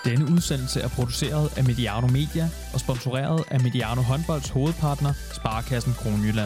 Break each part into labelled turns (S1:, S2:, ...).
S1: Denne udsendelse er produceret af Mediano Media og sponsoreret af Mediano Håndbolds hovedpartner, Sparekassen Kronjylland.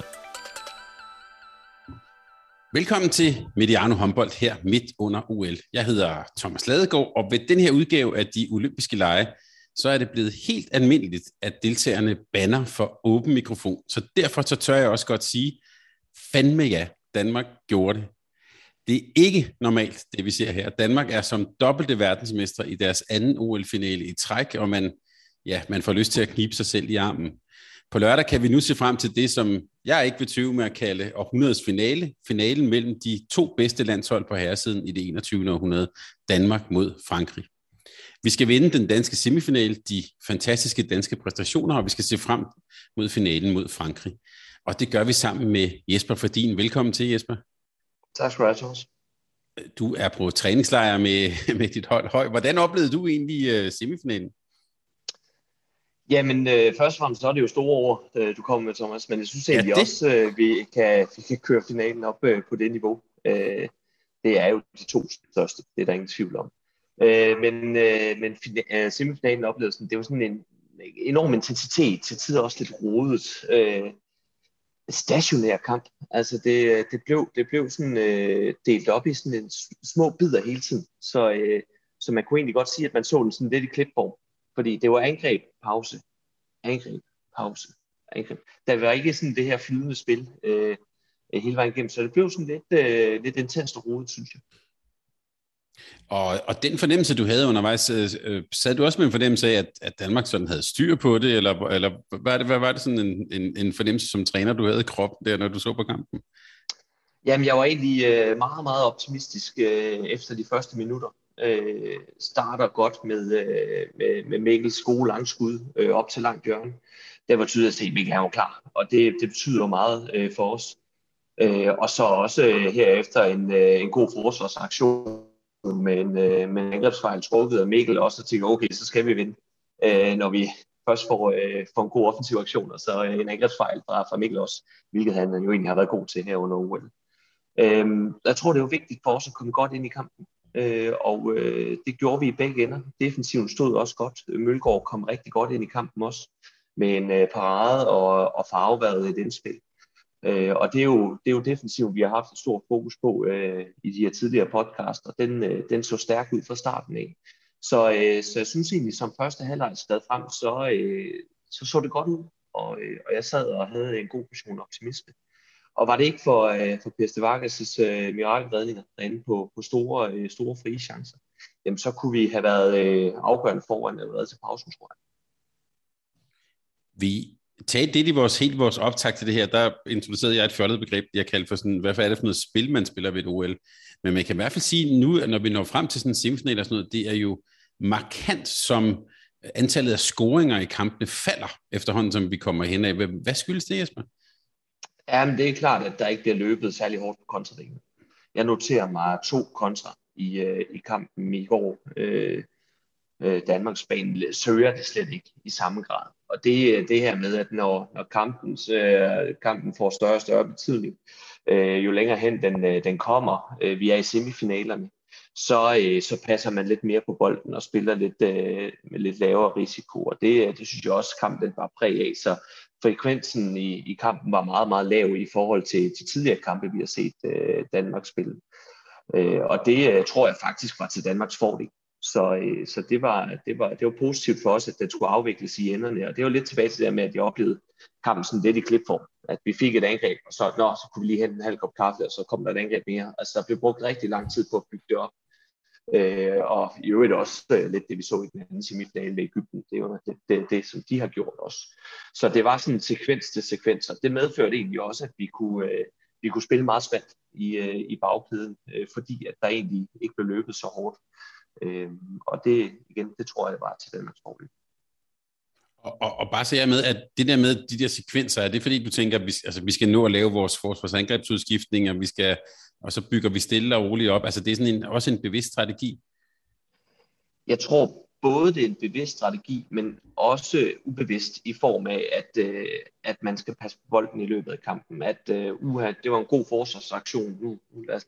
S2: Velkommen til Mediano Håndbold her midt under OL. Jeg hedder Thomas Ladegaard, og ved den her udgave af de olympiske lege, så er det blevet helt almindeligt, at deltagerne banner for åben mikrofon. Så derfor så tør jeg også godt sige, fandme ja, Danmark gjorde det. Det er ikke normalt, det vi ser her. Danmark er som dobbelte verdensmester i deres anden OL-finale i træk, og man får lyst til at knibe sig selv i armen. På lørdag kan vi nu se frem til det, som jeg ikke vil tøve med at kalde århundredets finale. Finalen mellem de to bedste landshold på herresiden i det 21. århundrede, Danmark mod Frankrig. Vi skal vinde den danske semifinale, de fantastiske danske præstationer, og vi skal se frem mod finalen mod Frankrig. Og det gør vi sammen med Jesper Fordin. Velkommen til, Jesper.
S3: Tak skal du have, Thomas.
S2: Du er på træningslejr med dit hold Høj. Hvordan oplevede du egentlig semifinalen?
S3: Jamen, først og fremmest så er det jo store ord, du kommer med, Thomas. Men jeg synes egentlig også, vi kan køre finalen op på det niveau. Det er jo de to største, det er der ingen tvivl om. Men semifinalen oplevelsen, det var sådan en enorm intensitet, til tider også lidt rodet. Stationær kamp. Altså det blev sådan delt op i sådan en små bidder hele tiden. Så man kunne egentlig godt sige, at man så den sådan lidt i klipform. Fordi det var angreb, pause, angreb, pause, angreb. Der var ikke sådan det her flydende spil hele vejen igennem, så det blev sådan lidt intenst og rodet, synes jeg.
S2: Og den fornemmelse, du havde undervejs, sad du også med en fornemmelse af, at Danmark sådan havde styr på det, eller hvad var det sådan en fornemmelse som træner, du havde i kroppen der, når du så på kampen?
S3: Jamen, jeg var egentlig meget, meget optimistisk efter de første minutter. Starter godt med Mikkels gode langskud op til langt hjørne. Det var tydeligt at se, at Mikkel er jo klar, og det betyder meget for os. Og så også herefter en god forsvarsaktion med en angrebsfejl trukket af Mikkel, og så tænker okay, så skal vi vinde, når vi først får en god offensiv aktion, og så en angrebsfejl fra Mikkel også, hvilket han jo egentlig har været god til her under OL. Jeg tror, det var vigtigt for os at komme godt ind i kampen. Og det gjorde vi i begge ender. Defensiven stod også godt. Mølgaard kom rigtig godt ind i kampen også, med en parade og farveværet et indspil. Og det er jo defensiven, vi har haft et stort fokus på i de her tidligere podcasts, og den så stærk ud fra starten af. Så jeg synes egentlig, som første halvleg stod frem, så det godt ud, og jeg sad og havde en god portion optimisme. Og var det ikke for Per Stevagas' mirakelredninger derinde på store frie chancer, jamen så kunne vi have været afgørende foran allerede til pausen, tror jeg.
S2: Vi talte det i vores optag til det her, der introducerede jeg et fjollet begreb, jeg kaldte for sådan, hvad er det for noget spil, man spiller ved et OL. Men man kan i hvert fald sige nu, at når vi når frem til sådan en semifinal og sådan noget, det er jo markant, som antallet af scoringer i kampene falder efterhånden, som vi kommer hen af. Hvad skyldes det, Jesper?
S3: Jamen, det er klart, at der ikke bliver løbet særlig hårdt på kontradelen. Jeg noterer mig 2 kontra i kampen i går. Danmarks bane søger det slet ikke i samme grad. Og det er det her med, at når kampen får større og større betydning, jo længere hen den kommer, vi er i semifinalerne, så passer man lidt mere på bolden og spiller med lidt lavere risiko. Og det synes jeg også, kampen var præg af. Så frekvensen i kampen var meget, meget lav i forhold til tidligere kampe, vi har set Danmark spille. Og det tror jeg faktisk var til Danmarks fordel. Så det var positivt for os, at det skulle afvikles i enderne. Og det var lidt tilbage til det med, at jeg oplevede kampen sådan lidt i klipform. At vi fik et angreb, og så kunne vi lige hente en halv kop kaffe, og så kom der et angreb mere. Altså der blev brugt rigtig lang tid på at bygge det op. Og i øvrigt også lidt det, vi så i den anden semifinale med Egypten. Det var det, som de har gjort også. Så det var sådan en sekvens til sekvenser. Det medførte egentlig også, at vi kunne spille meget spændt i bagkæden, fordi at der egentlig ikke blev løbet så hårdt. Og det tror jeg var til Danmarks fordel.
S2: Og bare så jeg med, at det der med de der sekvenser, er det fordi du tænker, at vi skal nå at lave vores forsvarsangrebsudskiftning, og så bygger vi stille og roligt op. Altså det er sådan også en bevidst strategi?
S3: Jeg tror både det er en bevidst strategi, men også ubevidst i form af, at man skal passe på bolden i løbet af kampen. Det var en god forsvarsaktion. Nu lad os lige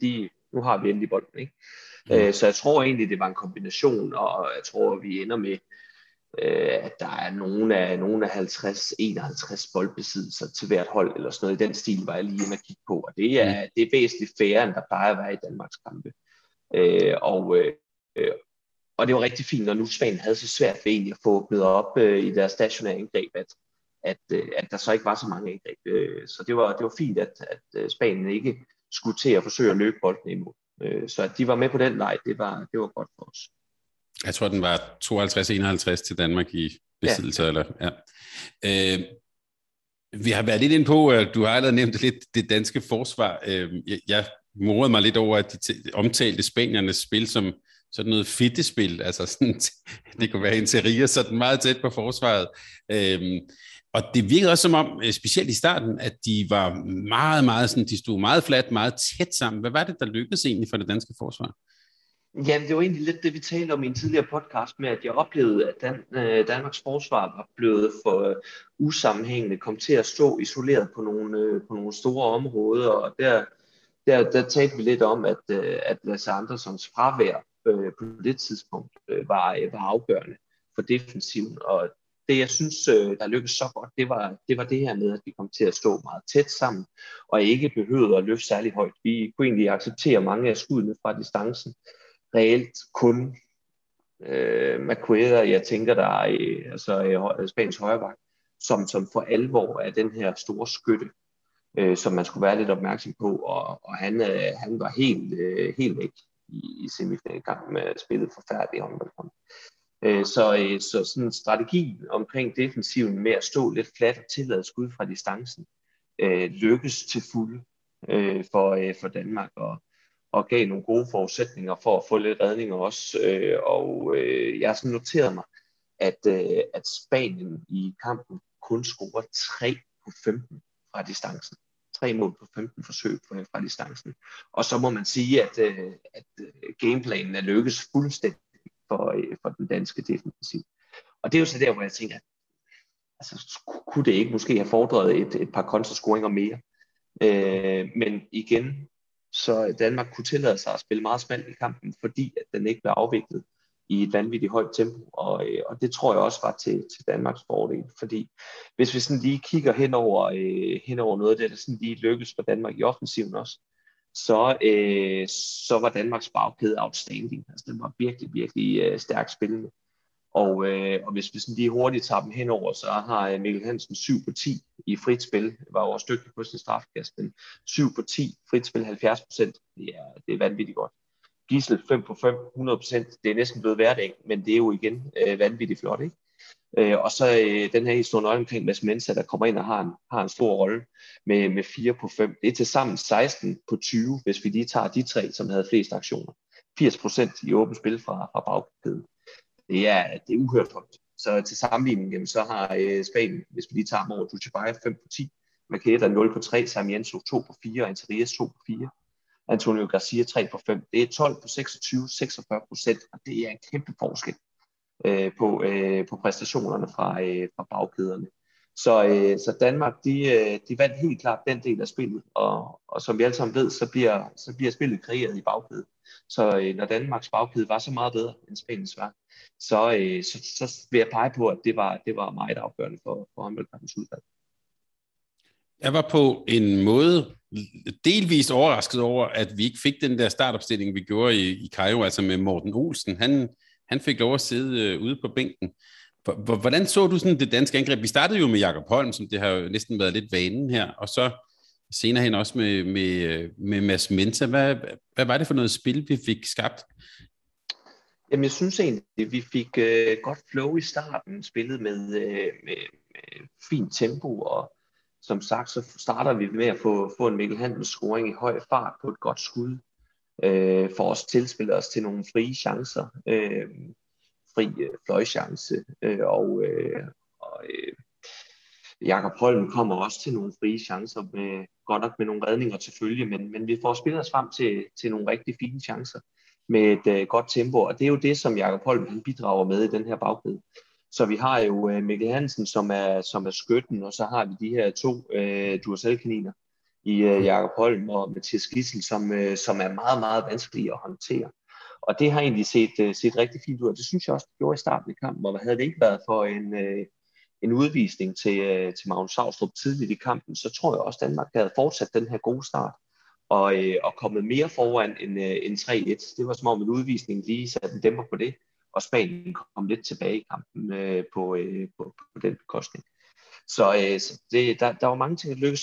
S3: Nu har vi endelig bolden, ikke? Så jeg tror egentlig, det var en kombination, og jeg tror, vi ender med, at der er nogle af 50-51 boldbesiddelser til hvert hold, eller sådan noget i den stil, var jeg lige inde at kigge på, og det er væsentligt færre, end der plejer at være i Danmarks kampe. Og det var rigtig fint, når nu Spanien havde så svært ved egentlig at få åbnet op i deres stationære angreb, at der så ikke var så mange angreb. Så det var fint, at Spanien ikke skulle til at forsøge at løbe bolden imod. Så at de var med på den leg, det var godt for os.
S2: Jeg tror, den var 52-51 til Danmark i besiddelse. Ja. Eller, ja. Vi har været lidt inde på, at du har allerede nævnt lidt det danske forsvar. Jeg morede mig lidt over, at de omtalte spaniernes spil som sådan noget fittespil. Altså sådan, det kunne være interiør, sådan meget tæt på forsvaret. Og det virkede også som om, specielt i starten, at de var meget, meget sådan, de stod meget fladt, meget tæt sammen. Hvad var det, der lykkedes egentlig for det danske forsvar?
S3: Jamen, det var egentlig lidt det, vi talte om i en tidligere podcast med, at jeg oplevede, at Danmarks forsvar var blevet for usammenhængende, kom til at stå isoleret på nogle store områder, og der talte vi lidt om, at Lasse Anderssons fravær på det tidspunkt var afgørende for defensiven, og det, jeg synes, der lykkedes så godt, det var det her med, at vi kom til at stå meget tæt sammen, og ikke behøvede at løfte særlig højt. Vi kunne egentlig acceptere mange af skuddene fra distancen. Reelt kun Macueda, jeg tænker, der er Spaniens højreback, som for alvor er den her store skytte, som man skulle være lidt opmærksom på, og han var helt væk i semifinalkampen med spillet forfærdeligt håndboldkamp. Så sådan en strategi omkring defensiven med at stå lidt fladt og tillade skud fra distancen lykkes til fulde for Danmark, og gav nogle gode forudsætninger for at få lidt redninger også. Jeg har sådan noteret mig, at Spanien i kampen kun scorer 3 på 15 fra distancen. 3 mål på 15 forsøg fra distancen. Og så må man sige, at gameplanen er lykkes fuldstændig for den danske defensiv. Og det er jo så der, hvor jeg tænker, altså, kunne det ikke måske have fordret et par kontrascoringer mere? Men igen, så Danmark kunne tillade sig at spille meget smalt i kampen, fordi at den ikke blev afviklet i et vanvittigt højt tempo, og det tror jeg også var til Danmarks fordel, fordi hvis vi sådan lige kigger hen over noget af det, der sådan lige lykkes for Danmark i offensiven også, så var Danmarks bagkæde outstanding. Altså den var virkelig, virkelig stærkt spillende. Og hvis vi sådan lige hurtigt tager dem henover, så har Mikkel Hansen 7 på 10 i frit spil, var også dygtig på sin strafkast, men 7 på 10, frit spil 70%, det er vanvittigt godt. Gisle 5 på 5, 100%, det er næsten blevet hverdag, men det er jo igen vanvittigt flot, ikke? Og så den her historie nøgle omkring Mads Mensa, der kommer ind og har en stor rolle med 4 på 5. Det er til sammen 16 på 20, hvis vi lige tager de tre, som havde flest aktioner. 80% i åbent spil fra bagkæden. Det er uhørt højt. Så til sammenligning, så har Spanien, hvis vi lige tager dem over, Dutchebaya 5 på 10, Maqueda 0 på 3, Sarmiento 2 på 4, og Interias 2 på 4. Antonio Garcia 3 på 5. Det er 12 på 26, 46%, og det er en kæmpe forskel på præstationerne fra bagkæderne. Så Danmark, de vandt helt klart den del af spillet, og som vi alle sammen ved, så bliver spillet kreeret i bagkæden. Så når Danmarks bagkæde var så meget bedre end Spaniens var, så vil jeg pege på, at det var meget afgørende for håndboldkampens udfald.
S2: Jeg var på en måde delvist overrasket over, at vi ikke fik den der startopstilling, vi gjorde i Cairo, altså med Morten Olsen. Han fik lov at sidde ude på bænken. Hvordan så du sådan det danske angreb? Vi startede jo med Jakob Holm, som det har jo næsten været lidt vanen her, og så senere hen også med Mads Mensa. Hvad var det for noget spil, vi fik skabt?
S3: Jamen, jeg synes egentlig, at vi fik godt flow i starten, spillet med fint tempo, og som sagt, så starter vi med at få en Mikkel Hansen scoring i høj fart på et godt skud, for os tilspiller os til nogle frie chancer, fri fløjchance, og Jakob Holm kommer også til nogle frie chancer, godt nok med nogle redninger til følge, men vi får spillet os frem til nogle rigtig fine chancer med et godt tempo, og det er jo det, som Jakob Holm han bidrager med i den her bagkæde. Så vi har jo Mikkel Hansen, som er skytten, og så har vi de her 2 Duracell-kaniner Jakob Holm og Mathias Gidsel, som er meget, meget vanskelige at håndtere. Og det har egentlig set rigtig fint ud, og det synes jeg også, det gjorde i starten af kampen, og havde det ikke været for en udvisning til Magnus Saustrup tidligt i kampen, så tror jeg også, at Danmark havde fortsat den her gode start, og kommet mere foran end 3-1. Det var som om en udvisning lige satte en dæmper på det, og Spanien kom lidt tilbage i kampen på den bekostning. Så der var mange ting, der lykkedes.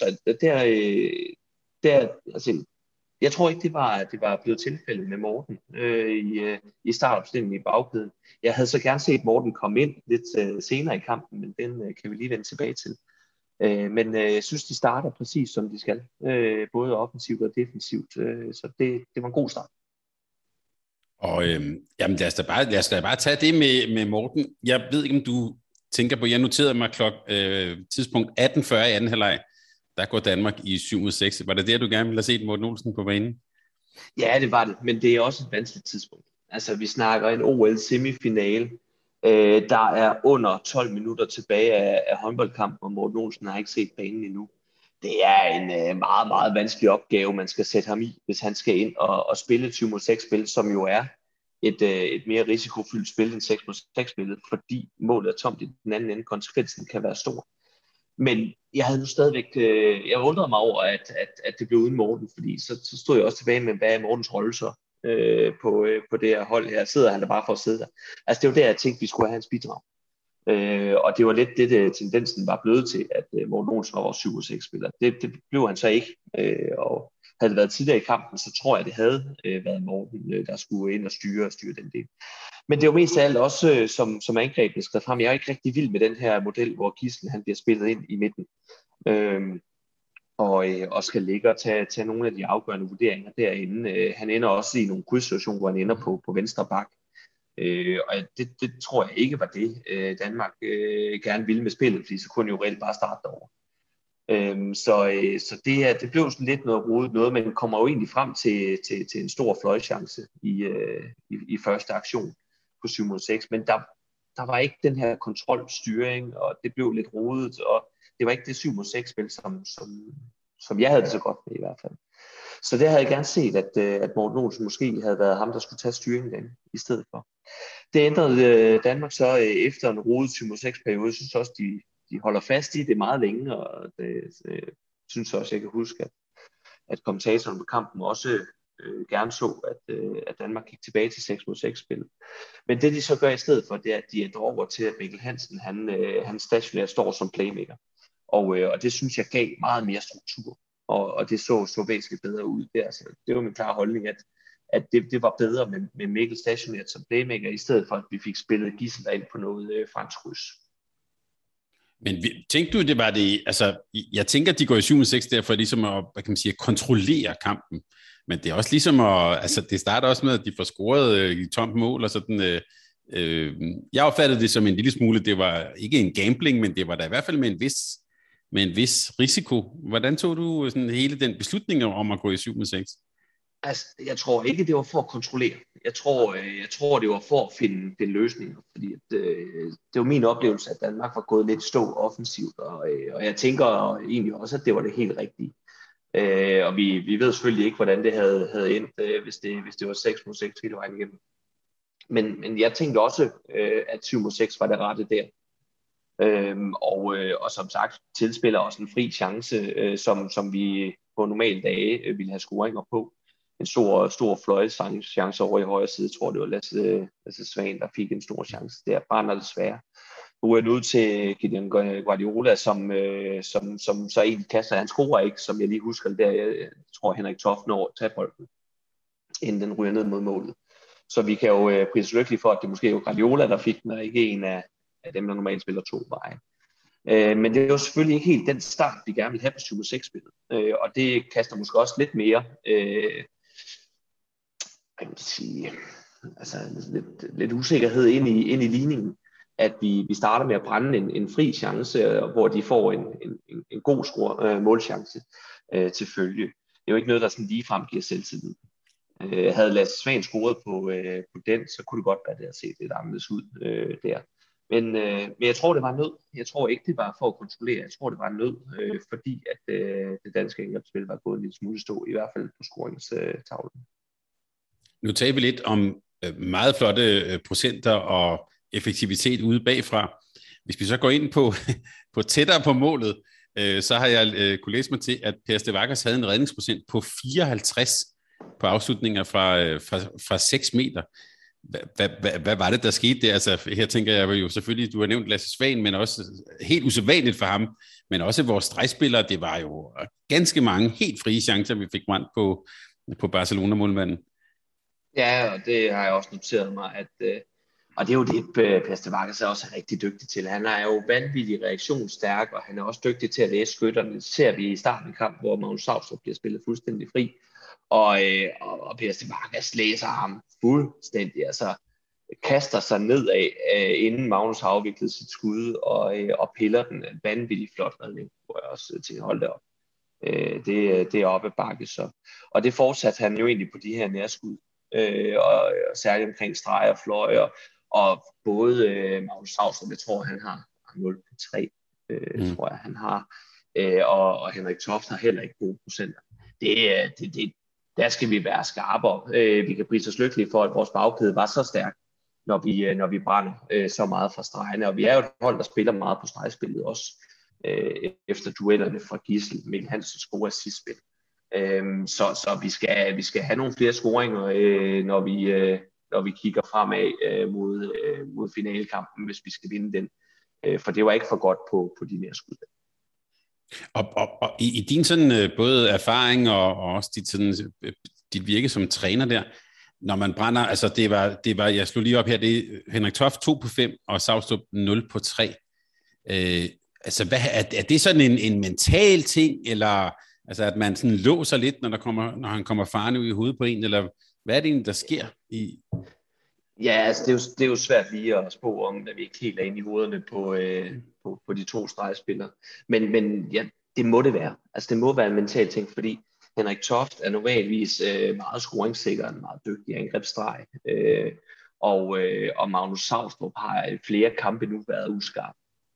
S3: Altså, jeg tror ikke, det var blevet tilfældet med Morten i startopstillingen i bagkæden. Jeg havde så gerne set Morten komme ind lidt senere i kampen, men den kan vi lige vende tilbage til. Men jeg synes, de starter præcis som de skal, både offensivt og defensivt. Så det var en god start.
S2: Og jamen, lad os da bare tage det med Morten. Jeg ved ikke, om du tænker på, jeg noterede mig tidspunkt 18:40 i anden halvleg. Der går Danmark i 7-6. Var det der, du gerne ville have set Morten Olsen på banen?
S3: Ja, det var det, men det er også et vanskeligt tidspunkt. Altså, vi snakker en OL-semifinale. Der er under 12 minutter tilbage af håndboldkampen, og Morten Olsen har ikke set banen endnu. Det er en meget, meget vanskelig opgave, man skal sætte ham i, hvis han skal ind og spille et 7-6-spil, som jo er et mere risikofyldt spil end 6-6-spillet, fordi målet er tomt i den anden ende. Konsekvensen kan være stor. Men jeg havde nu stadigvæk, jeg undrede mig over, at det blev uden Morten, fordi så stod jeg også tilbage med, hvad er Mortens rolle så på det her hold her. Sidder han der bare for at sidde der? Altså det var der, jeg tænkte, vi skulle have hans bidrag. Og det var lidt det, tendensen var blevet til, at Morten Olsen var vores 7-6-spiller. Det blev han så ikke, og havde det været tidligere i kampen, så tror jeg, det havde været Morten, der skulle ind og styre den del. Men det er jo mest af alt også, som angrebet skrev frem. Jeg er ikke rigtig vild med den her model, hvor Gidsel han bliver spillet ind i midten. Og skal ligge og tage nogle af de afgørende vurderinger derinde. Han ender også i nogle krydssituationer, hvor han ender på venstre bak. Og det tror jeg ikke var det, Danmark gerne ville med spillet, fordi så kunne han jo reelt bare starte derovre. Så det blev sådan lidt noget rodet noget, men kommer jo egentlig frem til en stor fløjchance i første aktion på 7-6, men der var ikke den her kontrolstyring, og det blev lidt rodet, og det var ikke det 7-6-spil, som jeg havde det så godt med i hvert fald. Så det havde jeg gerne set, at Morten Olsen måske havde været ham, der skulle tage styringen den, i stedet for. Det ændrede Danmark så efter en rodet 7-6-periode. Jeg synes også, de holder fast i det meget længe, og det synes også, jeg kan huske, at kommentatoren på kampen også gerne så, at Danmark gik tilbage til 6-6-spillet. Men det de så gør i stedet for, det er, at de ændrer over til, at Mikkel Hansen, han stationært står som playmaker. Og det synes jeg gav meget mere struktur, og det så væsentligt bedre ud der. Så det var min klare holdning, at det var bedre med Mikkel stationært som playmaker, i stedet for, at vi fik spillet Gidsel ind på noget fransk kryds.
S2: Men tænkte du, det var det, altså, jeg tænker, at de går i 7-6 derfor ligesom at, hvad kan man sige, at kontrollere kampen. Men det er også ligesom altså det starter også med, at de får scoret i tomt mål, og sådan, jeg opfattede det som en lille smule, det var ikke en gambling, men det var da i hvert fald med en vis risiko. Hvordan tog du sådan hele den beslutning om at gå i 7-6?
S3: Altså, jeg tror ikke, det var for at kontrollere. Jeg tror det var for at finde løsninger, fordi det var min oplevelse, at Danmark var gået lidt stå offensivt, og jeg tænker egentlig også, at det var det helt rigtige. Og vi ved selvfølgelig ikke, hvordan det havde endt, hvis det var 6-6 hele vejen igennem. Men jeg tænkte også, at 7-6 var det rette der. Og som sagt, tilspiller også en fri chance, som vi på normale dage ville have scoringer på. En stor fløjchance over i højre side. Jeg tror, det var Lasse Svane, der fik en stor chance der. Brænder desværre. Nu er det ud til Kylian Guardiola, som så egentlig kaster. Han scorer ikke, som jeg lige husker det der. Jeg tror, Henrik Toft når at tage bolden, inden den ryger ned mod målet. Så vi kan jo prise lykkeligt for, at det måske er Guardiola, der fik den, og ikke en af dem, der normalt spiller to veje. Men det er jo selvfølgelig ikke helt den start, vi gerne vil have på 7-6-spillet. Og det kaster måske også lidt mere, kan man sige, altså lidt usikkerhed ind i ligningen, at vi starter med at brænde en fri chance, hvor de får en god målchance til følge. Det er jo ikke noget, der sådan ligefrem giver selvtillid. Havde Lasse Svane scoret på den, så kunne det godt være, det havde set lidt anderledes ud der. Men jeg tror, det var nød. Jeg tror ikke, det var for at kontrollere. Jeg tror, det var nød, fordi at det danske angrebsspil var gået en lille smule stå, i hvert fald på scoringstavlen.
S2: Nu taler vi lidt om meget flotte procenter og effektivitet ude bagfra. Hvis vi så går ind på tættere på målet, så har jeg kunne læse mig til, at Per Stevakas havde en redningsprocent på 54 på afslutninger fra 6 meter. Hvad var det, der skete der? Altså, her tænker jeg jo selvfølgelig, du har nævnt Lasse Svahn, men også helt usædvanligt for ham, men også vores stregspillere. Det var jo ganske mange helt frie chancer, vi fik brændt på Barcelona-målmanden.
S3: Ja, og det har jeg også noteret mig, at og det er jo det, Per Stevakas er også rigtig dygtig til. Han er jo vanvittig reaktionsstærk, og han er også dygtig til at læse skytterne. Det ser vi i starten af kampen, hvor Magnus Saustrup bliver spillet fuldstændig fri. Og Per Stevakas læser ham fuldstændig, altså kaster sig nedad, inden Magnus har afviklet sit skud, og piller den. En vanvittig flot redning, hvor jeg også tænker, hold det op. Det er oppe bakke så. Og det fortsatte han jo egentlig på de her nærskud, og særligt omkring streg og fløj, og både Magnus Saustrup, jeg tror han har 0,3, tror jeg han har, og Henrik Toft har heller ikke gode procenter. Der skal vi være skarpere. Vi kan prise os lykkelige for, at vores bagkæde var så stærk, når vi brænder så meget fra stregene, og vi er jo et hold, der spiller meget på stregspillet også, efter duellerne fra Gissel, Mikkel Hansens gode assistspil. Så vi skal have nogle flere scoringer, når vi kigger fremad mod finalekampen, hvis vi skal vinde den. For det var ikke for godt på de mere skud.
S2: Og i din sådan både erfaring og også dit virke som træner der, når man brænder, altså det var jeg slog lige op her, det er Henrik Toft 2 på 5 og Saustrup 0 på 3. Altså er det sådan en mental ting, eller altså at man sådan låser lidt, når han kommer farne ud i hovedet på en, eller hvad er det egentlig, der sker i?
S3: Ja, altså det er jo svært lige at spå om, at vi ikke helt er inde i hovederne på de to stregspillere. Men ja, det må det være. Altså det må være en mental ting, fordi Henrik Toft er normalvis meget scoringssikker, en meget dygtig angrebsstreg. Og Magnus Saustrup har flere kampe nu været uskarp.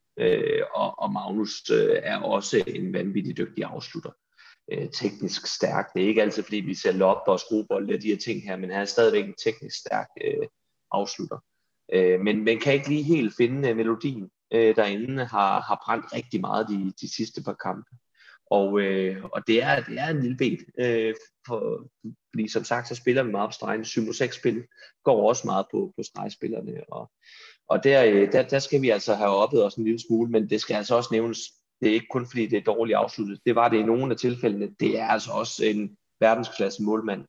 S3: Og Magnus er også en vanvittig dygtig afslutter. Teknisk stærk. Det er ikke altid, fordi vi ser lopper og skruebold og de her ting her, men han er stadigvæk en teknisk stærk afslutter. Men kan ikke lige helt finde melodien derinde, har brændt rigtig meget de sidste par kampe. Og det er en lille bed, fordi som sagt, så spiller vi meget på stregen. 7-6-spil går også meget på stregspillerne, og der skal vi altså have oppet os en lille smule, men det skal altså også nævnes, det er ikke kun fordi det er dårligt afsluttet. Det var det i nogle af tilfældene. Det er altså også en verdensklasse målmand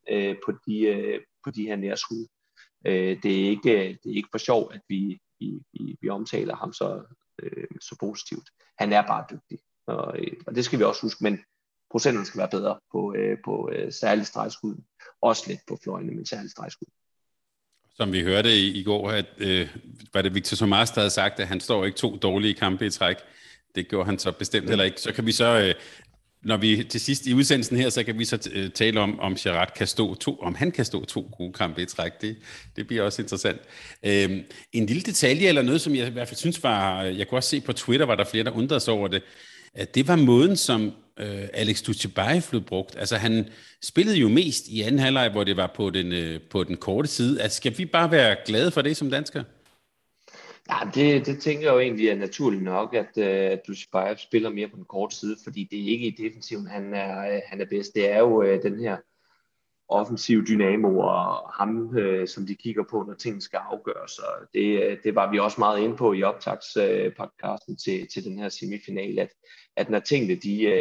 S3: på de her nærskud. Det er ikke for sjov, at vi omtaler ham så positivt. Han er bare dygtig, og det skal vi også huske, men procenten skal være bedre på særligt stregskud. Også lidt på fløjene, men særligt stregskud.
S2: Som vi hørte i går, at var det Victor Sommers, der havde sagt, at han står ikke 2 dårlige kampe i træk. Det gjorde han så bestemt heller ikke. Så kan vi så, når vi til sidst i udsendelsen her, så kan vi så tale om Gerard kan stå om han kan stå 2 gode kampe i træk. Det bliver også interessant. En lille detalje eller noget, som jeg i hvert fald synes var, jeg kunne også se på Twitter, var der flere, der undrede sig over det, at det var måden, som Alex Dujshebaev blev brugt. Altså han spillede jo mest i anden halvleg, hvor det var på den korte side. Altså, skal vi bare være glade for det som danskere?
S3: Ja, det tænker jeg jo egentlig er naturligt nok, at Dujshebaev spiller mere på den korte side, fordi det er ikke i defensiven, han er bedst. Det er jo den her offensiv dynamo og ham, som de kigger på, når tingene skal afgøres. Og det var vi også meget inde på i optagspodcasten til den her semifinal, at når tingene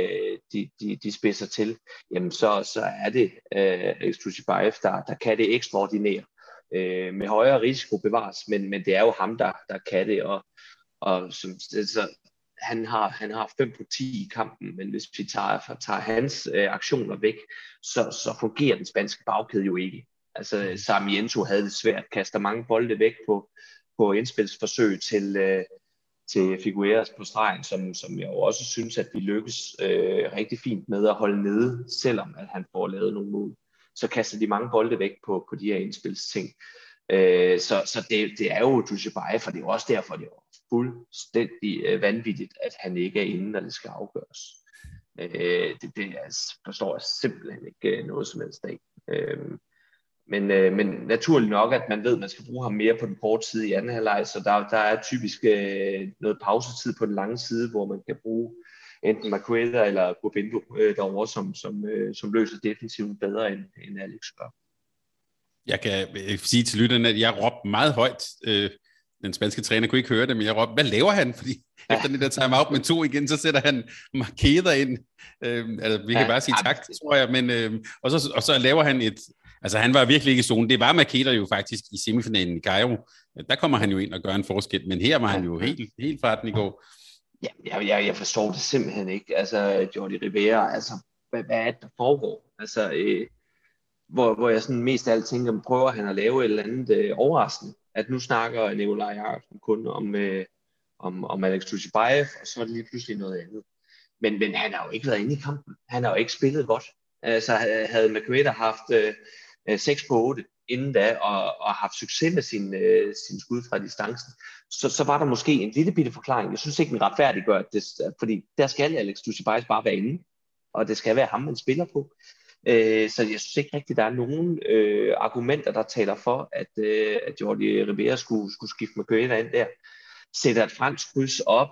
S3: de spidser til, jamen så er det Alex Dujshebaev, der kan det ekstraordinære. Med højere risiko bevares, men det er jo ham, der kan det, og så han har 5 på 10 i kampen, men hvis vi tager hans aktioner væk, så fungerer den spanske bagkæde jo ikke. Altså Sarmiento havde det svært, kaster mange bolde væk på indspilsforsøg til Figueras på stregen, som jeg jo også synes, at vi lykkes rigtig fint med at holde nede, selvom at han får lavet nogle mål. Så kaster de mange bolde væk på de her indspilsting. Så det er jo Dujshebaev, for det er jo også derfor, det er fuldstændig vanvittigt, at han ikke er inde, når det skal afgøres. Det forstår jeg simpelthen ikke noget som helst af. Men naturligt nok, at man ved, at man skal bruge ham mere på den korte side i anden halvleg, så der er typisk noget pausetid på den lange side, hvor man kan bruge enten Maqueda eller Gobindo derovre, som løser defensiven bedre end Alex gør.
S2: Jeg kan sige til lytterne, at jeg råbte meget højt. Den spanske træner kunne ikke høre det, men jeg råbte, hvad laver han? Fordi efter den der time-out med 2 igen, så sætter han Maqueda ind. Vi kan bare sige tak, tror jeg. Men, og så laver han et... Altså, han var virkelig ikke i zonen. Det var Maqueda jo faktisk i semifinalen i Cairo. Der kommer han jo ind og gør en forskel. Men her var han jo helt fra den i går.
S3: Ja, jeg forstår det simpelthen ikke. Altså, Jordi Ribera, altså, hvad er det, der foregår? Altså, hvor jeg sådan mest af alt tænker, prøver han at lave et eller andet overraskende. At nu snakker Nikolaj Jakobsen kun om Alex Dujshebaev, og så er det lige pludselig noget andet. Men han har jo ikke været inde i kampen. Han har jo ikke spillet godt. Altså, havde Maqueda haft 6 på 8 inden da, og haft succes med sin skud fra distancen, så var der måske en lille bitte forklaring. Jeg synes ikke, den retfærdiggør det, fordi der skal Alex Dujshebaev bare være inde, og det skal være ham, man spiller på. Så jeg synes ikke rigtigt, der er nogen argumenter, der taler for, at Jordi Ribera skulle skifte Maqueda ind der. Sætter et fransk kryds op,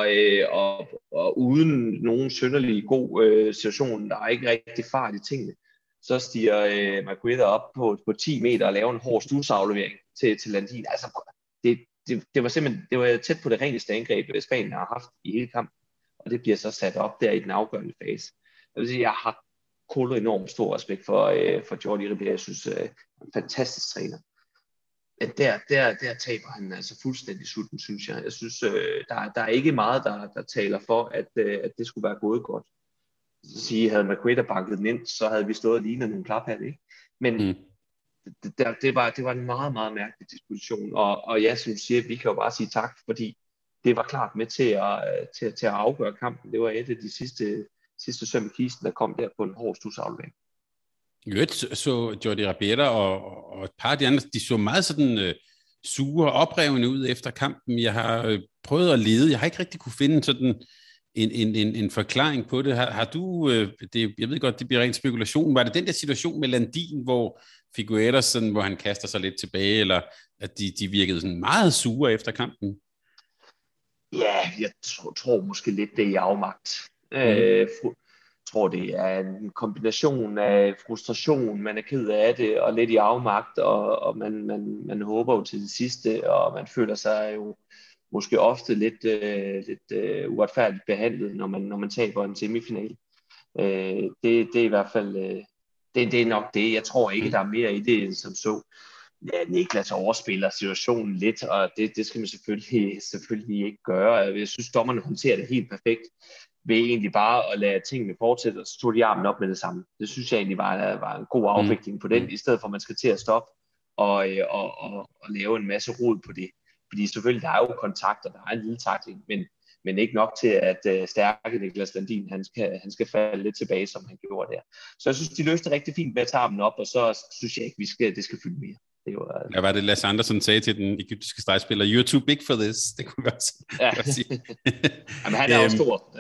S3: og uden nogen synderlig god situation, der er ikke rigtig fart i tingene, så stiger Maqueda op på 10 meter og laver en hård studsaflevering til Landin. Altså, det var simpelthen det var tæt på det reneste angreb, Spanien har haft i hele kampen, og det bliver så sat op der i den afgørende fase. Jeg vil sige, jeg har enormt stor respekt for Jordi Ribera. Jeg synes, han er en fantastisk træner. Men der taber han altså fuldstændig sulten, synes jeg. Jeg synes, der er ikke meget, der taler for, at det skulle være gået godt. Så havde Maqueda banket den ind, så havde vi stået og lignet nogle klaphatte, ikke? Men det var en meget, meget mærkelig diskussion. Og ja, som du siger, vi kan jo bare sige tak, fordi det var klart med til at afgøre kampen. Det var et af de sidste søm i kisten, der kom der på en hård studsaflevering.
S2: Så Jordi Ribera og et par af de andre, de så meget sådan sure og oprevne ud efter kampen. Jeg har prøvet at lede. Jeg har ikke rigtig kunne finde sådan en forklaring på det. Har du, jeg ved godt, det bliver ren spekulation. Var det den der situation med Landin, hvor Figueres, sådan, hvor han kaster sig lidt tilbage, eller at de virkede sådan meget sure efter kampen?
S3: Ja, jeg tror måske lidt, det er i afmagt. Jeg tror, det er en kombination af frustration, man er ked af det, og lidt i afmagt, og man håber jo til det sidste, og man føler sig jo måske ofte lidt uretfærdigt behandlet, når man taber en semifinal. Det er i hvert fald, det er nok det. Jeg tror ikke, der er mere i det, end som så. Ja, Niklas overspiller situationen lidt, og det skal man selvfølgelig ikke gøre. Jeg synes, dommerne håndterer det helt perfekt ved egentlig bare at lade tingene fortsætte, og så tog de armen op med det samme. Det synes jeg egentlig var en god afvikling på den, i stedet for at man skal til at stoppe og lave en masse rod på det. Fordi selvfølgelig, der er jo kontakter, der er en lille tackling, men ikke nok til, at stærke Niklas Landin, han skal falde lidt tilbage, som han gjorde der. Så jeg synes, de løste rigtig fint med at tage armen op, og så synes jeg ikke, det skal fylde mere.
S2: Hvad var det, Lasse Andersen sagde til den egyptiske stregspiller? You're too big for this. Det kunne vi også sige.
S3: Jamen, han er også stor.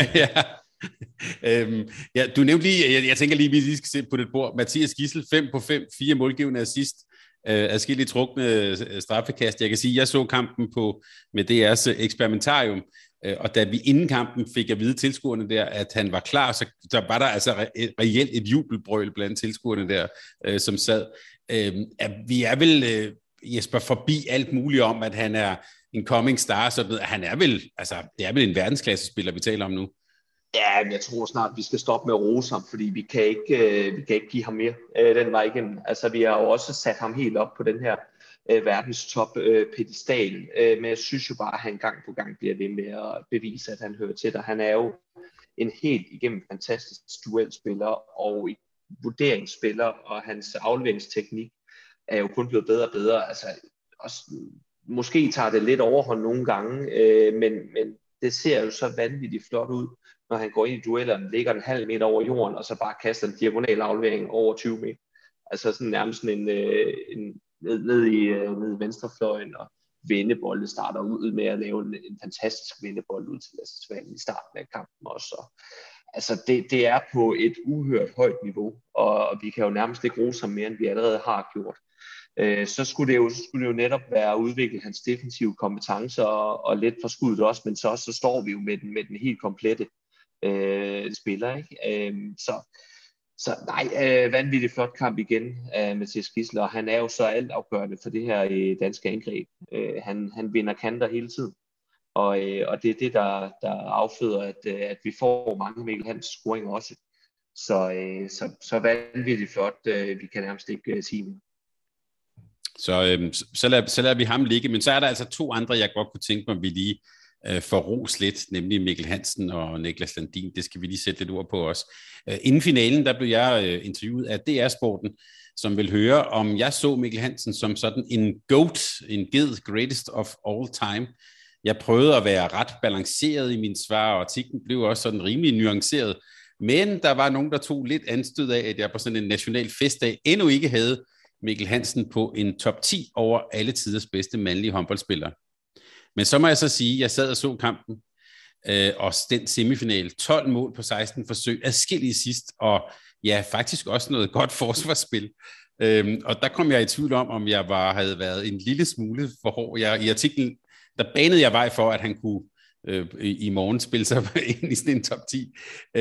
S2: Ja, du nævnte lige, jeg tænker lige, vi lige skal se på det bord. Mathias Gidsel, 5 på 5, 4 målgivende assist, adskillige trukne straffekast. Jeg kan sige, jeg så kampen med DR's eksperimentarium, og da vi inden kampen fik at vide tilskuerne der, at han var klar, så var der altså reelt et jubelbrøl blandt tilskuerne der, som sad. Vi er vel, Jesper, forbi alt muligt om, at han er en coming star, så han er vel, altså det er vel en verdensklassespiller, vi taler om nu.
S3: Ja, men jeg tror snart, vi skal stoppe med at rose ham, fordi vi kan ikke give ham mere den vej igen. Altså, vi har jo også sat ham helt op på den her verdenstop pedestal, men jeg synes jo bare, at han gang på gang bliver ved med at bevise, at han hører til der. Han er jo en helt igennem fantastisk duelspiller og vurderingsspiller, og hans afleveringsteknik er jo kun blevet bedre og bedre. Altså, også, måske tager det lidt overhånd nogle gange, men det ser jo så vanvittigt flot ud, når han går ind i duellerne, ligger en halv meter over jorden, og så bare kaster en diagonal aflevering over 20 meter. Altså sådan nærmest en ned i venstrefløjen og vendebolde, starter ud med at lave en fantastisk vendebold ud til Lasse Svane i starten af kampen også. Og, altså det er på et uhørt højt niveau, og vi kan jo nærmest ikke rose ham mere, end vi allerede har gjort. Så skulle det jo netop være at udvikle hans defensive kompetencer og lidt for skuddet også, men så står vi jo med den helt komplette spiller, ikke? Så nej, vanvittigt flot kamp igen af Mathias Gisler, og han er jo så altafgørende for det her danske angreb. Han vinder kanter hele tiden, og det er det, der afføder, at vi får mange Mikkel Hans scoringer også. Så vanvittigt flot, vi kan nærmest ikke sige mere.
S2: Så lader vi ham ligge, men så er der altså 2 andre, jeg godt kunne tænke mig, at vi lige får ros lidt, nemlig Mikkel Hansen og Niklas Landin. Det skal vi lige sætte lidt ord på også. Inden finalen, der blev jeg interviewet af DR-sporten, som vil høre, om jeg så Mikkel Hansen som sådan en GOAT, en ged, greatest of all time. Jeg prøvede at være ret balanceret i mine svar, og artiklen blev også sådan rimelig nuanceret. Men der var nogen, der tog lidt anstød af, at jeg på sådan en national festdag endnu ikke havde Mikkel Hansen på en top 10 over alle tiders bedste mandlige håndboldspillere. Men så må jeg så sige, at jeg sad og så kampen, og den semifinal, 12 mål på 16 forsøg, adskillige sidst, og ja, faktisk også noget godt forsvarsspil. Og der kom jeg i tvivl om jeg havde været en lille smule for hård. I artiklen, der banede jeg vej for, at han kunne i morgen spille sig ind i sådan en top 10.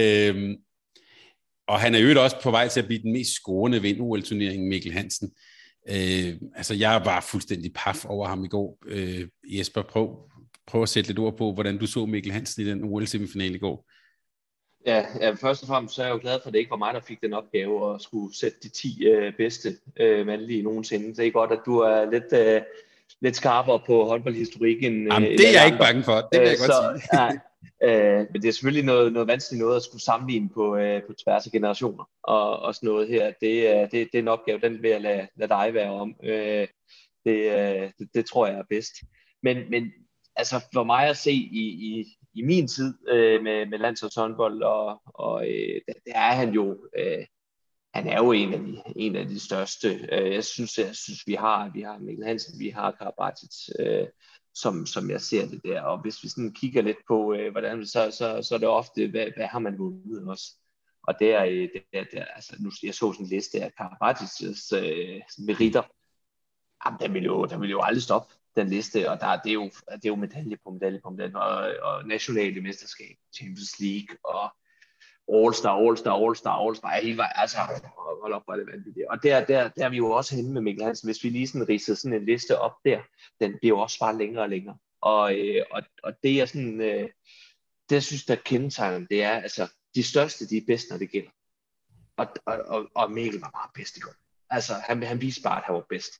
S2: Og han er jo også på vej til at blive den mest scorende ved OL-turneringen, Mikkel Hansen. Altså, jeg var fuldstændig paf over ham i går. Jesper, prøv at sætte lidt ord på, hvordan du så Mikkel Hansen i den OL-semifinale i går.
S3: Ja, først og fremmest så er jeg jo glad for, at det ikke var mig, der fik den opgave at skulle sætte de 10 bedste mandlige nogensinde. Det er godt, at du er lidt skarpere på håndboldhistorikken.
S2: Jamen, det er jeg ikke bange for. Det vil jeg godt sige.
S3: Men det er selvfølgelig noget vanskeligt noget at skulle sammenligne på tværs af generationer og sådan noget her. Det er en opgave, den vil jeg lade dig være om. Det tror jeg er bedst. Men altså for mig at se i min tid med landsholdshåndbold, og der er han jo han er jo en af de største. Jeg synes vi har Mikkel Hansen, vi har Karabatic, som jeg ser det der. Og hvis vi sådan kigger lidt på, hvordan så er det ofte, hvad har man vundet også. Og det er altså, nu jeg så sådan en liste af Karabatics meritter. Jamen, den vil jo aldrig stoppe, den liste. Og det er jo medalje på medalje på medalje. Og nationale mesterskab, Champions League og All-Star, hele vejen. Altså, hold op, hvor er det vanvittigt. Og der er vi jo også henne med Mikkel Hansen. Hvis vi lige sådan ridser sådan en liste op der, den bliver jo også bare længere og længere. Og det er sådan, det jeg synes, der kendetegner, det er, altså, de største, de er bedst, når det gælder. Og Mikkel var bare bedst i går. Altså, han viste bare, at han var bedst.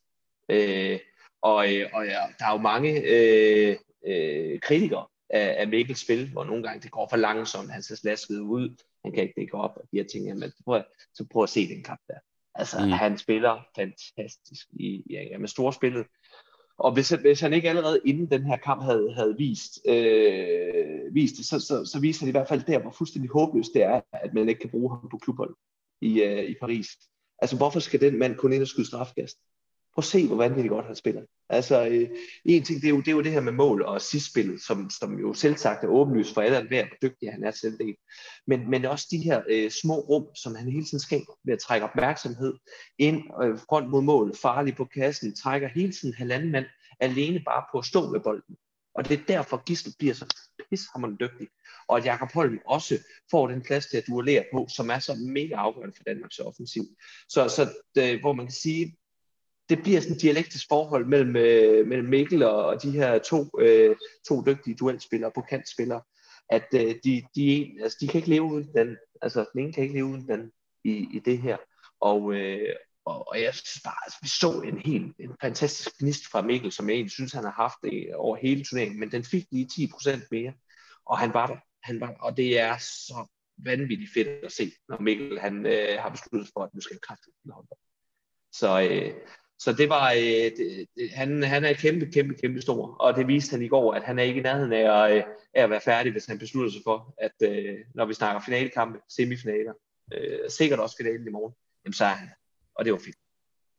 S3: Der er jo mange kritikere af Mikkels spil, hvor nogle gange det går for langsomt, han ser slasket ud, han kan ikke dække op, og de her ting, men så prøv at se den kamp der. Altså, han spiller fantastisk med storspillet, og hvis han ikke allerede inden den her kamp havde vist det, så viser han i hvert fald der, hvor fuldstændig håbløst det er, at man ikke kan bruge ham på klubhold i Paris. Altså, hvorfor skal den mand kun ind og skyde strafkast? Prøv at se, hvor vanvittigt godt han spiller. Altså, en ting, det er jo det her med mål og assistspillet, som jo selvsagt er åbenlyst for alle, hvor dygtig han er selv del. Men også de her små rum, som han hele tiden skaber ved at trække opmærksomhed ind, front mod mål, farlig på kassen, trækker hele tiden halvanden mand alene bare på at stå med bolden. Og det er derfor, Gisle bliver så pissehammerende dygtig. Og at Jakob Holm også får den plads til at duellere på, som er så mega afgørende for Danmarks offensiv. Så hvor man kan sige, det bliver sådan et dialektisk forhold mellem Mikkel og de her to dygtige duelspillere på kantspillere, at de kan ikke leve uden den. Altså, den ene kan ikke leve uden den i det her. Og jeg synes bare, altså, vi så en fantastisk gnist fra Mikkel, som jeg egentlig synes, han har haft det over hele turneringen, men den fik lige 10% mere, og han var der. Og det er så vanvittigt fedt at se, når Mikkel han har besluttet for, at nu skal han kraftigt med håndbold. Så det var, han er kæmpe stor, og det viste han i går, at han er ikke i nærheden af at være færdig, hvis han beslutter sig for, at når vi snakker finalekampe, semifinaler, sikkert også finalen i morgen, jamen så er han, og det var fint.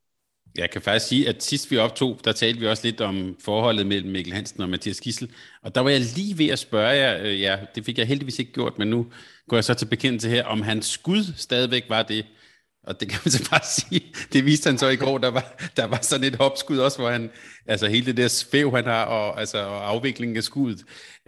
S2: Jeg kan faktisk sige, at sidst vi optog, der talte vi også lidt om forholdet mellem Mikkel Hansen og Mathias Gidsel. Og der var jeg lige ved at spørge jer, ja, det fik jeg heldigvis ikke gjort, men nu går jeg så til bekendelse her, om hans skud stadigvæk var det. Og det kan man så bare sige, det viste han så i går, der var sådan et hopskud også, hvor han, altså hele det der svæv, han har, og afviklingen af skuddet.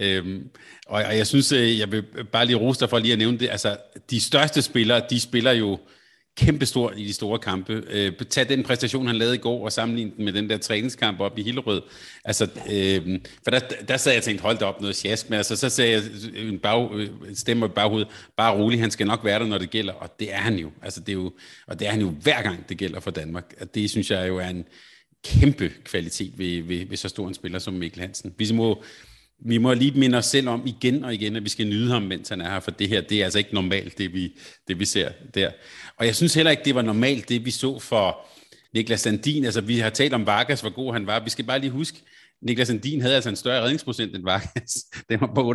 S2: Og jeg synes, jeg vil bare lige rose dig for lige at nævne det, altså de største spillere, de spiller jo kæmpestort i de store kampe. Tag den præstation, han lavede i går, og sammenligne den med den der træningskamp op i Hillerød. Altså, for der sad jeg og tænkte, hold da op noget sjask med, altså, så sagde jeg en stemme i baghovedet, bare rolig, han skal nok være der, når det gælder, og det er han jo. Altså, det er han jo hver gang, det gælder for Danmark. Og det synes jeg jo er en kæmpe kvalitet ved så stor en spiller som Mikkel Hansen. Vi må lige minde os selv om igen og igen, at vi skal nyde ham, mens han er her, for det her, det er altså ikke normalt, det vi ser der. Og jeg synes heller ikke, det var normalt, det vi så for Niklas Landin. Altså, vi har talt om Vargas, hvor god han var. Vi skal bare lige huske, Niklas Landin havde altså en større redningsprocent end Vargas. Den var på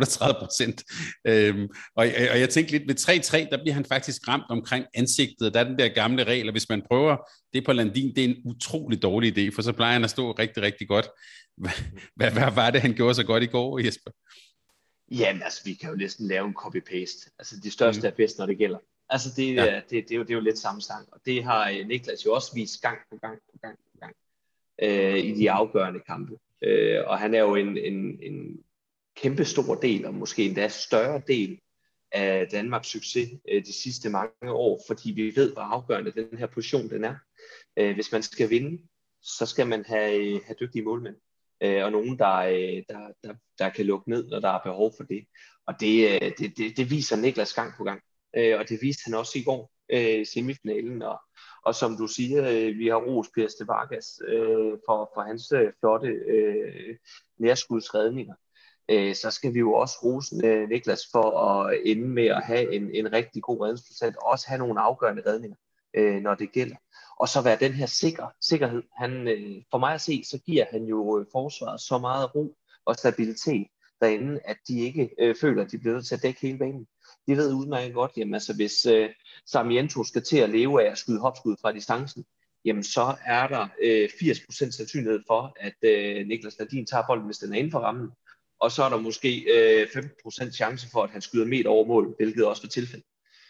S2: 38%. Og jeg tænkte lidt, ved 3-3, der bliver han faktisk ramt omkring ansigtet. Der er den der gamle regel, og hvis man prøver det på Landin, det er en utrolig dårlig idé, for så plejer han at stå rigtig, rigtig godt. Hvad var det, han gjorde så godt i går, Jesper?
S3: Jamen, altså, vi kan jo næsten lave en copy-paste. Altså, de største er bedst, når det gælder. Altså, det er jo lidt samme sang. Og det har Niklas jo også vist gang på gang i de afgørende kampe. Og han er jo en kæmpe stor del, og måske endda større del af Danmarks succes de sidste mange år, fordi vi ved, hvor afgørende den her position den er. Hvis man skal vinde, så skal man have dygtige målmænd. Og nogen, der kan lukke ned, når der er behov for det. Og det viser Niklas gang på gang. Og det viste han også i går i semifinalen. Og som du siger, vi har rost Per Ste Vargas for hans flotte nærskudsredninger. Så skal vi jo også rose Niklas for at ende med at have en rigtig god redningsprocent, og også have nogle afgørende redninger, når det gælder. Og så være den her sikkerhed. For mig at se, så giver han jo forsvaret så meget ro og stabilitet derinde, at de ikke føler, at de bliver nødt til at dække hele banen. De ved udmærket godt, jamen altså hvis Sarmiento skal til at leve af at skyde hopskud fra distancen, jamen så er der 80% sandsynlighed for, at Niklas Landin tager bolden, hvis den er inden for rammen. Og så er der måske 15% chance for, at han skyder meter over mål, hvilket også var tilfældet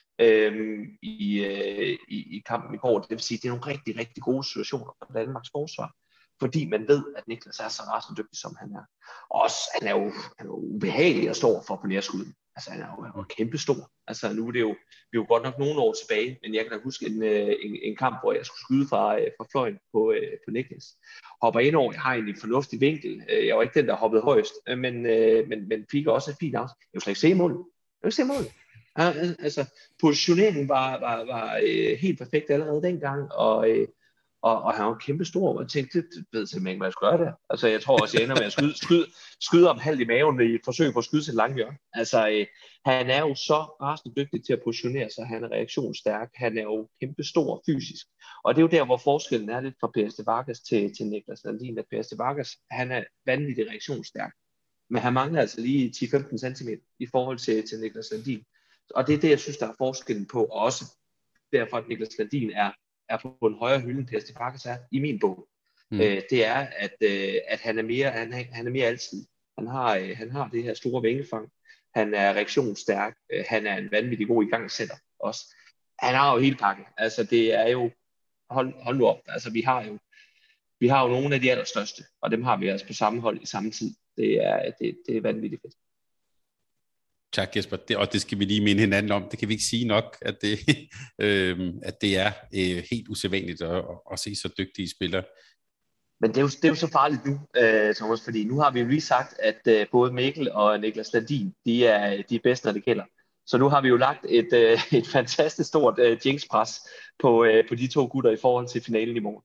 S3: i kampen i går. Det vil sige, at det er nogle rigtig, rigtig gode situationer for Danmarks forsvar, fordi man ved, at Niklas er så rasende dygtig, som han er. Og også, han er jo ubehagelig at stå for på nærskuden. Altså, han er jo kæmpestor. Altså, nu er det jo, vi er jo godt nok nogle år tilbage, men jeg kan da huske en kamp, hvor jeg skulle skyde fra fløjen på Niklas. Hopper ind over, jeg har en fornuftig vinkel. Jeg var ikke den, der hoppede højst, men fik også et fint afsnit. Jeg kunne slet ikke se mål. Altså, positioneringen var helt perfekt allerede dengang, og han var kæmpe stor, og jeg tænkte, det ved simpelthen ikke, hvad jeg skulle gøre der. Altså, jeg tror også, jeg ender med at skyde om halvt i maven i et forsøg på at skyde til et langhjørne. Altså, han er jo så rasende dygtig til at positionere sig, han er reaktionsstærk, han er jo kæmpe stor fysisk. Og det er jo der, hvor forskellen er lidt fra Per Ste Vargas til Niklas Landin, at Per Ste Vargas, han er vanvittigt reaktionsstærk, men han mangler altså lige 10-15 cm i forhold til Niklas Landin. Og det er det, jeg synes, der er forskellen på, og også derfor, at Niklas Landin er på en højere hylde, end Per Ste Vargas er i min bog. Det er, at han er mere altid. Han har det her store vingefang. Han er reaktionsstærk. Han er en vanvittig god igangsætter også. Han har jo hele pakken. Altså, det er jo... Hold nu op. Altså, vi har jo nogle af de allerstørste, og dem har vi altså på samme hold i samme tid. Det er vanvittigt fedt.
S2: Tak, Jesper. Og det skal vi lige minde hinanden om. Det kan vi ikke sige nok, at det er helt usædvanligt at se så dygtige spillere.
S3: Men det er jo så farligt nu, Thomas, fordi nu har vi jo lige sagt, at både Mikkel og Niklas Landin, de er bedst, når det gælder. Så nu har vi jo lagt et fantastisk stort jinx-pres på de to gutter i forhold til finalen i morgen.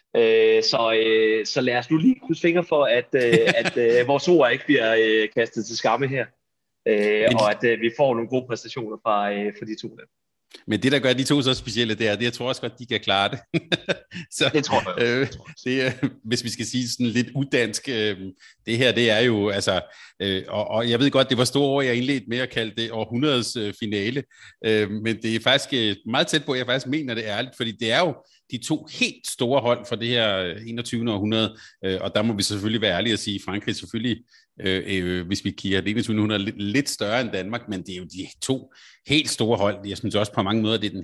S3: Så lad os nu lige krydse fingre for, at vores ord ikke bliver kastet til skamme her. Og at vi får nogle gode præstationer fra de to der.
S2: Men det, der gør de to så specielle, det er, jeg tror også godt, de kan klare det. Så,
S3: det tror jeg.
S2: Hvis vi skal sige sådan lidt udansk, det her, det er jo, altså, og jeg ved godt, det var store ord, jeg indledte med at kalde det århundredets finale, men det er faktisk meget tæt på, at jeg faktisk mener det ærligt, fordi det er jo de to helt store hold for det her 21. århundrede, og der må vi selvfølgelig være ærlige at sige, Frankrig selvfølgelig, hvis vi kigger det 21. århundrede lidt større end Danmark, men det er jo de to helt store hold. Jeg synes også på mange måder, det er den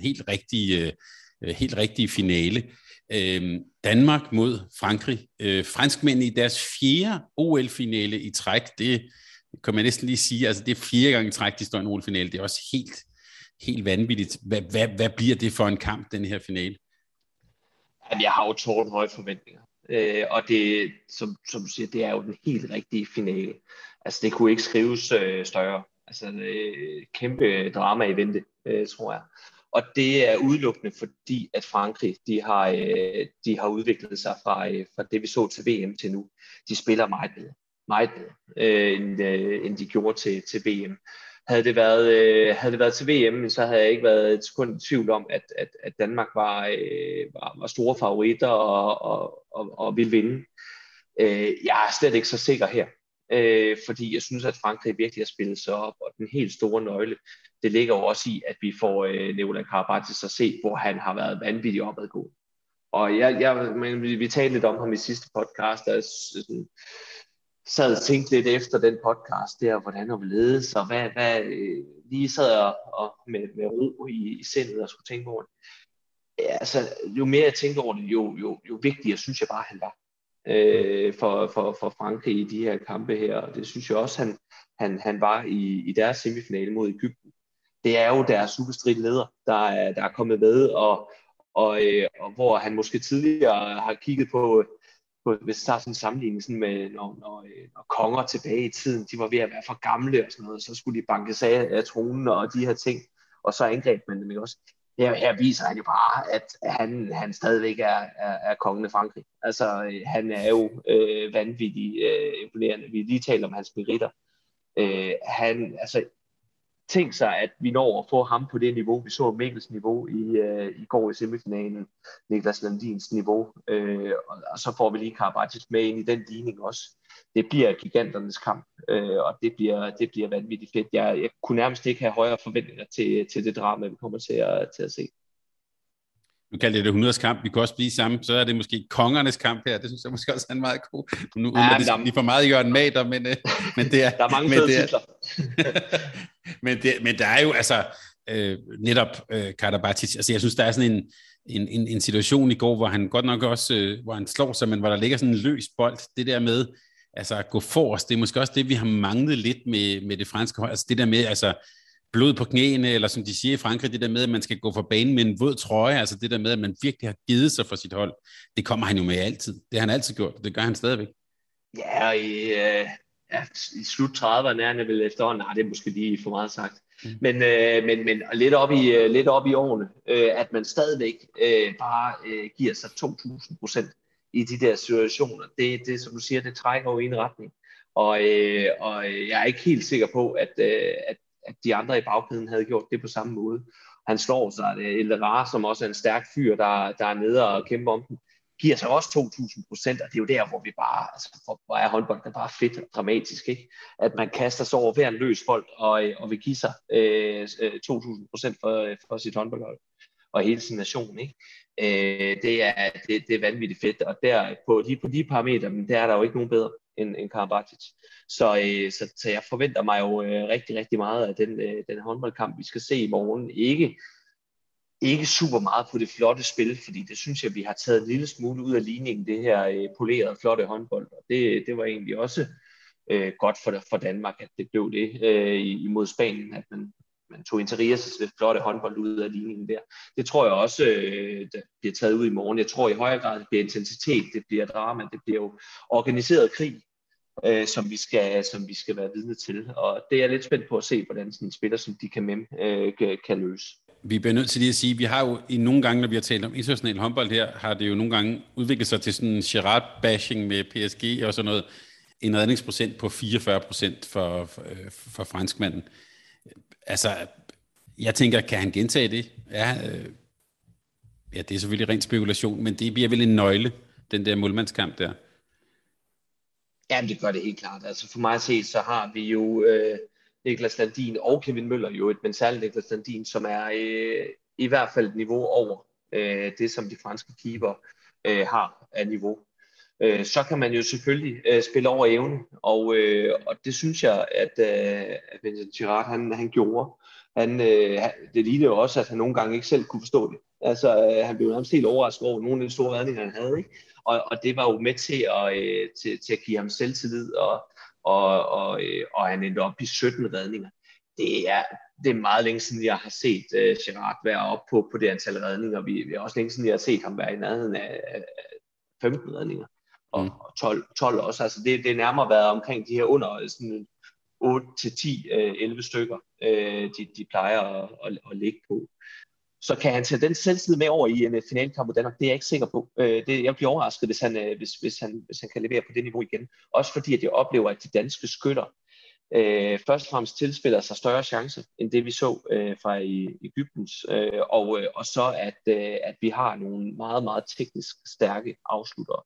S2: helt rigtige finale. Danmark mod Frankrig. Franskmændene i deres 4. OL-finale i træk, det kan man næsten lige sige, altså det er 4 gange i træk, de står i en OL-finale. Det er også helt vanvittigt. Hvad bliver det for en kamp, den her finale?
S3: Jeg har jo tårnhøje forventninger. Og det, som du siger, det er jo den helt rigtige finale. Altså det kunne ikke skrives større. Altså kæmpe drama i vente, tror jeg. Og det er udelukkende fordi, at Frankrig, de har udviklet sig fra det, vi så til VM til nu. De spiller meget bedre, end de gjorde til VM. Havde det været til VM, så havde jeg ikke været et sekund i tvivl om, at Danmark var store favoritter og ville vinde. Jeg er slet ikke så sikker her, fordi jeg synes, at Frankrig virkelig har spillet sig op, og den helt store nøgle, det ligger jo også i, at vi får Nekola Karabatic at se, hvor han har været vanvittigt opadgående. Og men vi talte lidt om ham i sidste podcast, der sad og tænkte lidt efter den podcast der, hvordan har vi ledet sig, hvad lige sad og med ro i sindet og skulle tænke over det. Ja, altså, jo mere jeg tænkte over det, jo vigtigere synes jeg bare, han var for Frankrig i de her kampe her, og det synes jeg også, han var i deres semifinale mod Egypten. Det er jo deres ubestridt leder, der er kommet med, og hvor han måske tidligere har kigget på hvis der er sådan en sammenligning sådan med, når konger tilbage i tiden, de var ved at være for gamle og sådan noget, så skulle de bankes af tronen og de her ting, og så angreb man dem også. Her viser han jo bare, at han stadigvæk er kongen af Frankrig. Altså, han er jo vanvittigt imponerende. Vi lige taler om hans meritter. Tænk sig, at vi når at få ham på det niveau. Vi så Mikkels niveau i går i semifinalen, Niklas Landins niveau, og så får vi lige Karabatic med ind i den ligning også. Det bliver giganternes kamp, og det bliver vanvittigt fedt. Jeg kunne nærmest ikke have højere forventninger til det drama, vi kommer til at se.
S2: Nu kalder det 100's kamp. Vi kan også blive sammen. Så er det måske kongernes kamp her. Det synes jeg måske også er en meget god. Nu uden at det skal blive for meget Jørgen Mader, men det er...
S3: Der er mange fede titler.
S2: men der er jo altså netop Karabatic. Altså jeg synes, der er sådan en situation i går, hvor han godt nok også, hvor han slår sig, men hvor der ligger sådan en løs bold. Det der med altså at gå forrest, det er måske også det, vi har manglet lidt med det franske hold. Altså det der med, altså blod på knæene, eller som de siger i Frankrig, det der med, at man skal gå for banen med en våd trøje, altså det der med, at man virkelig har givet sig for sit hold, det kommer han jo med altid. Det har han altid gjort, det gør han stadigvæk.
S3: Ja, og i slut 30'erne er han vel efterhånden, nej, det er måske lige for meget sagt, men lidt op i årene, at man stadigvæk bare giver sig 2.000% i de der situationer, det som du siger, det trækker jo i en retning, og jeg er ikke helt sikker på, at de andre i bagkæden havde gjort det på samme måde. Han slår sig, El Rare, som også er en stærk fyr, der er nede og kæmper om den, giver sig også 2.000%, og det er jo der, hvor vi bare, altså, hvor er håndbold, det er bare fedt og dramatisk, ikke? At man kaster sig over hver en løs bold, og vil give sig 2.000% for sit håndboldhold, og hele sin nation, ikke? Det er vanvittigt fedt, og der på de parametre, men der er der jo ikke nogen bedre end Karabatic. Så jeg forventer mig jo rigtig, rigtig meget af den håndboldkamp, vi skal se i morgen. Ikke super meget på det flotte spil, fordi det synes jeg, vi har taget en lille smule ud af ligningen, det her polerede, flotte håndbold. Og det var egentlig også godt for Danmark, at det blev det imod Spanien, at man tog Interias flotte håndbold ud af ligningen der. Det tror jeg også, der bliver taget ud i morgen. Jeg tror i højere grad, det bliver intensitet, det bliver drama, det bliver jo organiseret krig, som vi skal være vidne til. Og det er jeg lidt spændt på at se, hvordan sådan en spiller, som de kan løse.
S2: Vi bliver nødt til lige at sige, vi har jo i nogle gange, når vi har talt om international håndbold her, har det jo nogle gange udviklet sig til sådan en Gerrard-bashing med PSG og sådan noget. En redningsprocent på 44% for franskmanden. Altså, jeg tænker, kan han gentage det? Ja, det er selvfølgelig ren spekulation, men det bliver vel en nøgle, den der målmandskamp der.
S3: Ja, det gør det helt klart. Altså for mig at se, så har vi jo Niklas Landin og Kevin Møller jo men særligt Niklas Landin, som er i hvert fald et niveau over det, som de franske keeper har af niveau. Så kan man jo selvfølgelig spille over evne, og det synes jeg, at Vincent Girard, han gjorde. Det lignede jo også, at han nogle gange ikke selv kunne forstå det. Altså, han blev nærmest helt overrasket over nogle af de store redninger, han havde, ikke? Og det var jo med til at give ham selvtillid, og han endte op i 17 redninger. Det er meget længe siden, jeg har set Girard være oppe på det antal redninger. Vi er også længe siden, jeg har set ham være i nærheden af 15 redninger. Og 12 også. Altså det er nærmere været omkring de her under sådan 8 til 10, 11 stykker, de plejer at ligge på. Så kan han tage den selvtillid med over i en finalekamp mod Danmark? Det er jeg ikke sikker på. Jeg bliver overrasket, hvis han kan levere på det niveau igen. Også fordi, at jeg oplever, at de danske skytter først og fremmest tilspiller sig større chancer, end det vi så fra Egyptens. Og så at vi har nogle meget, meget teknisk stærke afsluttere.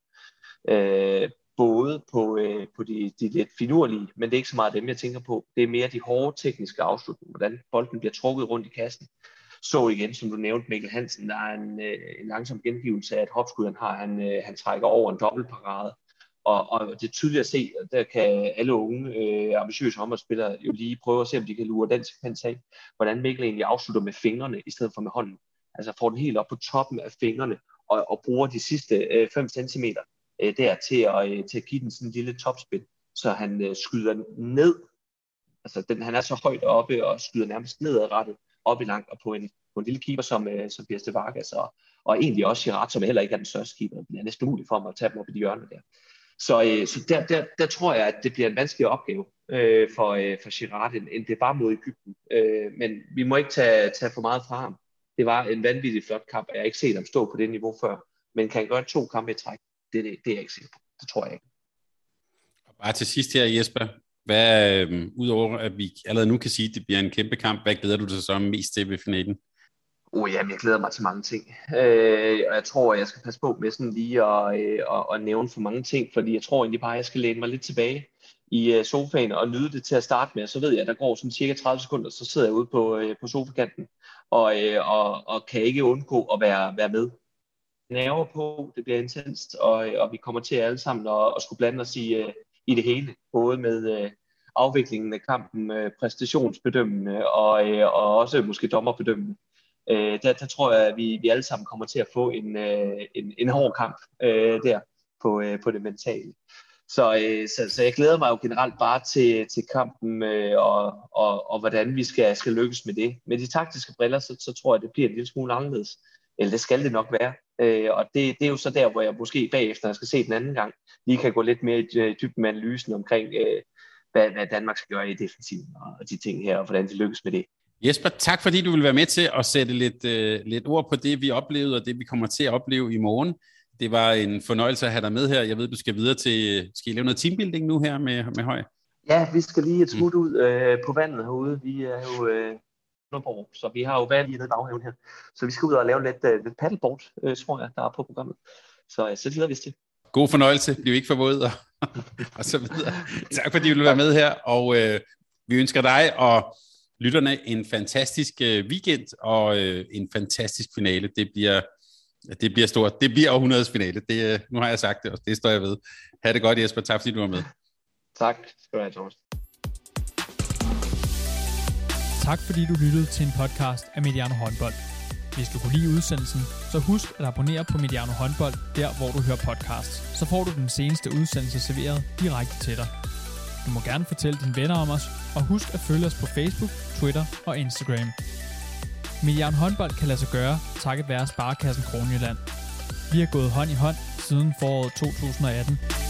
S3: Både på de lidt finurlige, men det er ikke så meget dem, jeg tænker på. Det er mere de hårde tekniske afslutninger, hvordan bolden bliver trukket rundt i kassen. Så igen, som du nævnte, Mikkel Hansen, der er en langsom gengivelse af, at hopskud han trækker over en dobbeltparade. Og det er tydeligt at se, at der kan alle unge, ambitiøse håndboldspillere jo lige prøve at se, om de kan lure den sekvens af, hvordan Mikkel egentlig afslutter med fingrene, i stedet for med hånden. Altså får den helt op på toppen af fingrene, og bruger de sidste 5 cm der til at give den sådan en lille topspin, så han skyder ned. Altså han er så højt oppe og skyder nærmest nedadrettet op i langt, og på en lille keeper som Birste Vargas, og egentlig også Girard, som heller ikke er den største keeper. Det er næsten umuligt for mig at tage dem op i de hjørner der. Så der tror jeg, at det bliver en vanskelig opgave for Girard, end det var mod Egypten. Men vi må ikke tage for meget fra ham. Det var en vanvittig flot kamp, og jeg har ikke set ham stå på det niveau før. Men kan han gøre 2 kampe i træk? Det er jeg ikke sikker på. Det tror jeg ikke.
S2: Og bare til sidst her, Jesper. Hvad, udover at vi allerede nu kan sige, at det bliver en kæmpe kamp, hvad glæder du dig så mest til ved finalen?
S3: Jamen, jeg glæder mig til mange ting. Og jeg tror, at jeg skal passe på med sådan lige at nævne for mange ting, fordi jeg tror egentlig bare, at jeg skal læne mig lidt tilbage i sofaen og nyde det til at starte med. Så ved jeg, at der går sådan cirka 30 sekunder, så sidder jeg ude på sofakanten og kan ikke undgå at være med. Nerver på, det bliver intenst, og vi kommer til alle sammen at skulle blande os i det hele, både med afviklingen af kampen, præstationsbedømmende og også måske dommerbedømmende. Der tror jeg, at vi alle sammen kommer til at få en hård kamp der på det mentale. Så jeg glæder mig jo generelt bare til kampen og hvordan vi skal lykkes med det. Med de taktiske briller, så tror jeg, det bliver en lille smule anderledes. Eller det skal det nok være. Og det er jo så der, hvor jeg måske bagefter, når jeg skal se den anden gang, lige kan gå lidt mere i dybden med analysen omkring, hvad Danmark skal gøre i defensiven og de ting her, og hvordan det lykkes med det.
S2: Jesper, tak fordi du vil være med til at sætte lidt ord på det, vi oplevede, og det, vi kommer til at opleve i morgen. Det var en fornøjelse at have dig med her. Jeg ved, du skal videre til... Skal I lave noget teambuilding nu her med Høj?
S3: Ja, vi skal lige et smut ud på vandet herude. Vi er jo... så vi har jo vand i den baghaven her. Så vi skal ud og lave lidt paddleboard, tror jeg, der er på programmet. Så glæder vi os til. God
S2: fornøjelse. Bliv ikke for våd og så videre. Tak fordi du vil være med her, og vi ønsker dig og lytterne en fantastisk weekend og en fantastisk finale. Det bliver stort. Det bliver århundredets finale. Nu har jeg sagt det, og det står jeg ved. Ha' det godt, Jesper. Tak fordi du var med.
S3: Tak skal du have, Thomas.
S1: Tak fordi du lyttede til en podcast af Mediano Håndbold. Hvis du kunne lide udsendelsen, så husk at abonnere på Mediano Håndbold, der hvor du hører podcasts. Så får du den seneste udsendelse serveret direkte til dig. Du må gerne fortælle dine venner om os, og husk at følge os på Facebook, Twitter og Instagram. Mediano Håndbold kan lade sig gøre, takket være Sparekassen Kronjylland. Vi har gået hånd i hånd siden foråret 2018.